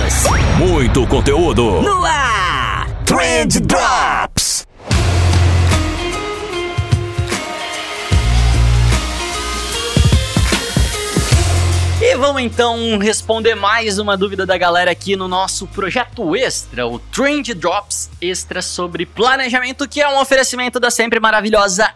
Dicas, muito conteúdo no ar. Trend Drops. E vamos então responder mais uma dúvida da galera aqui no nosso projeto extra, o Trend Drops Extra sobre planejamento, que é um oferecimento da sempre maravilhosa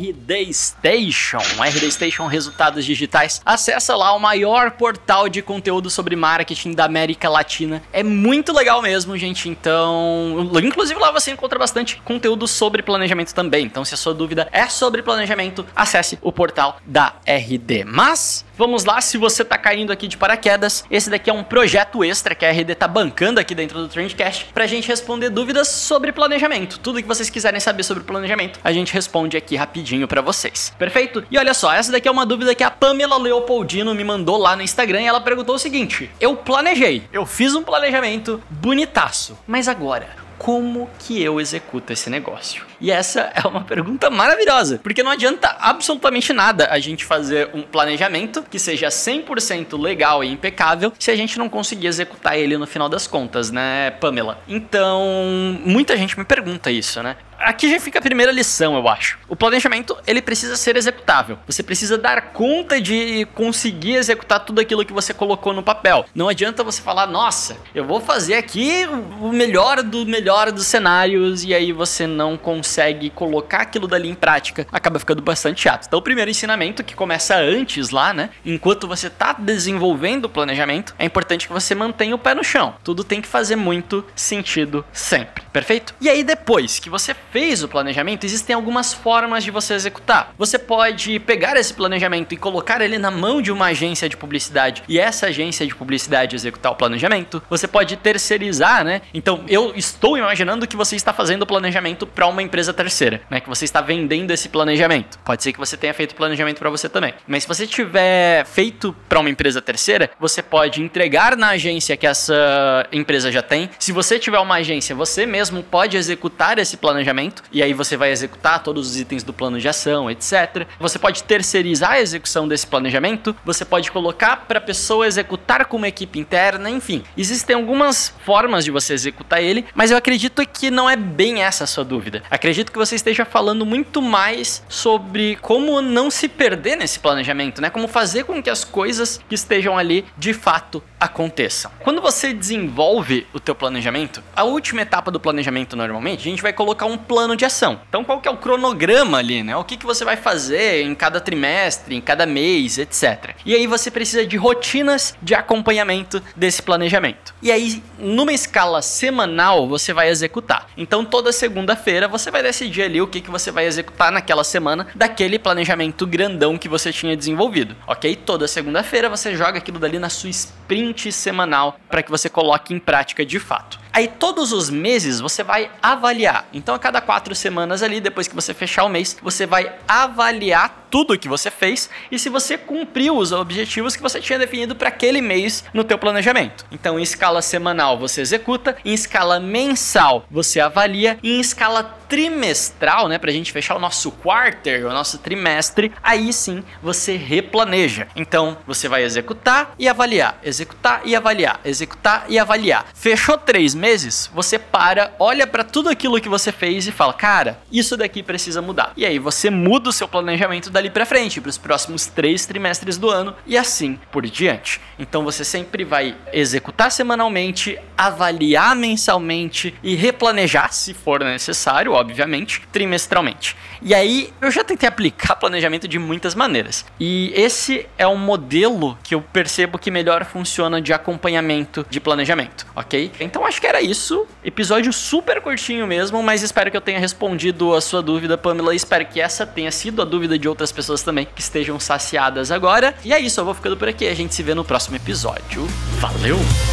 RD Station. RD Station Resultados Digitais. Acessa lá o maior portal de conteúdo sobre marketing da América Latina. É muito legal mesmo, gente. Então, inclusive lá você encontra bastante conteúdo sobre planejamento também. Então, se a sua dúvida é sobre planejamento, acesse o portal da RD. Mas vamos lá, se você tá caindo aqui de paraquedas, esse daqui é um projeto extra que a RD tá bancando aqui dentro do Trendcast pra gente responder dúvidas sobre planejamento. Tudo que vocês quiserem saber sobre planejamento, a gente responde aqui rapidinho pra vocês. Perfeito? E olha só, essa daqui é uma dúvida que a Pamela Leopoldino me mandou lá no Instagram e ela perguntou o seguinte: eu planejei, eu fiz um planejamento bonitaço, mas agora, como que eu executo esse negócio? E essa é uma pergunta maravilhosa, porque não adianta absolutamente nada a gente fazer um planejamento que seja 100% legal e impecável se a gente não conseguir executar ele no final das contas, né, Pamela? Então, muita gente me pergunta isso, né? Aqui já fica a primeira lição, eu acho. O planejamento, ele precisa ser executável. Você precisa dar conta de conseguir executar tudo aquilo que você colocou no papel. Não adianta você falar, nossa, eu vou fazer aqui o melhor dos cenários, e aí você não consegue colocar aquilo dali em prática. Acaba ficando bastante chato. Então, o primeiro ensinamento, que começa antes lá, né? Enquanto você está desenvolvendo o planejamento, é importante que você mantenha o pé no chão. Tudo tem que fazer muito sentido sempre. Perfeito? E aí, depois que você fez o planejamento, existem algumas formas de você executar. Você pode pegar esse planejamento e colocar ele na mão de uma agência de publicidade e essa agência de publicidade executar o planejamento. Você pode terceirizar, né? Então, eu estou imaginando que você está fazendo o planejamento para uma empresa terceira, né? Que você está vendendo esse planejamento. Pode ser que você tenha feito o planejamento para você também. Mas se você tiver feito para uma empresa terceira, você pode entregar na agência que essa empresa já tem. Se você tiver uma agência, você mesmo pode executar esse planejamento. E aí você vai executar todos os itens do plano de ação, etc. Você pode terceirizar a execução desse planejamento. Você pode colocar para a pessoa executar com uma equipe interna. Enfim, existem algumas formas de você executar ele, mas eu acredito que não é bem essa a sua dúvida. Acredito que você esteja falando muito mais sobre como não se perder nesse planejamento, né? Como fazer com que as coisas que estejam ali de fato aconteçam. Quando você desenvolve o teu planejamento, a última etapa do planejamento normalmente, a gente vai colocar um plano de ação. Então, qual que é o cronograma ali, né? O que você vai fazer em cada trimestre, em cada mês, etc. E aí você precisa de rotinas de acompanhamento desse planejamento. E aí, numa escala semanal, você vai executar. Então, toda segunda-feira, você vai decidir ali o que você vai executar naquela semana daquele planejamento grandão que você tinha desenvolvido, ok? Toda segunda-feira, você joga aquilo dali na sua sprint semanal para que você coloque em prática de fato. Aí, todos os meses, você vai avaliar. Então, a cada 4 semanas ali, depois que você fechar o mês, você vai avaliar tudo o que você fez e se você cumpriu os objetivos que você tinha definido para aquele mês no teu planejamento. Então, em escala semanal, você executa, em escala mensal, você avalia, e em escala trimestral, né, pra gente fechar o nosso quarter, o nosso trimestre, aí sim você replaneja. Então, você vai executar e avaliar, executar e avaliar, executar e avaliar. Fechou 3 meses, você para, olha para tudo aquilo que você fez e fala, cara, isso daqui precisa mudar. E aí você muda o seu planejamento dali pra frente, para os próximos 3 trimestres do ano e assim por diante. Então você sempre vai executar semanalmente, avaliar mensalmente e replanejar, se for necessário, obviamente, trimestralmente. E aí eu já tentei aplicar planejamento de muitas maneiras. E esse é um modelo que eu percebo que melhor funciona de acompanhamento de planejamento, ok? Então acho que era isso. Episódio super curtinho mesmo, mas espero que eu tenha respondido a sua dúvida, Pamela. Espero que essa tenha sido a dúvida de outras pessoas também que estejam saciadas agora. E é isso, eu vou ficando por aqui. A gente se vê no próximo episódio. Valeu!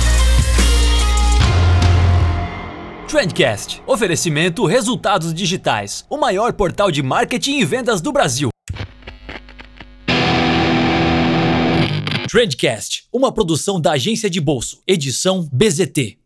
Trendcast. Oferecimento Resultados Digitais. O maior portal de marketing e vendas do Brasil. Trendcast. Uma produção da Agência de Bolso. Edição BZT.